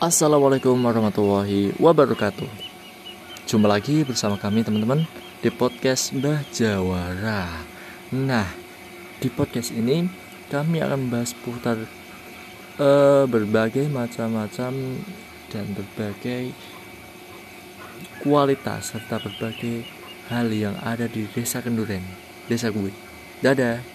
Assalamualaikum warahmatullahi wabarakatuh. Jumpa lagi bersama kami teman-teman di podcast Mbah Jawara. Nah, di podcast ini kami akan membahas seputar berbagai macam-macam dan berbagai kualitas serta berbagai hal yang ada di Desa Kenduren, desa gue. Dadah.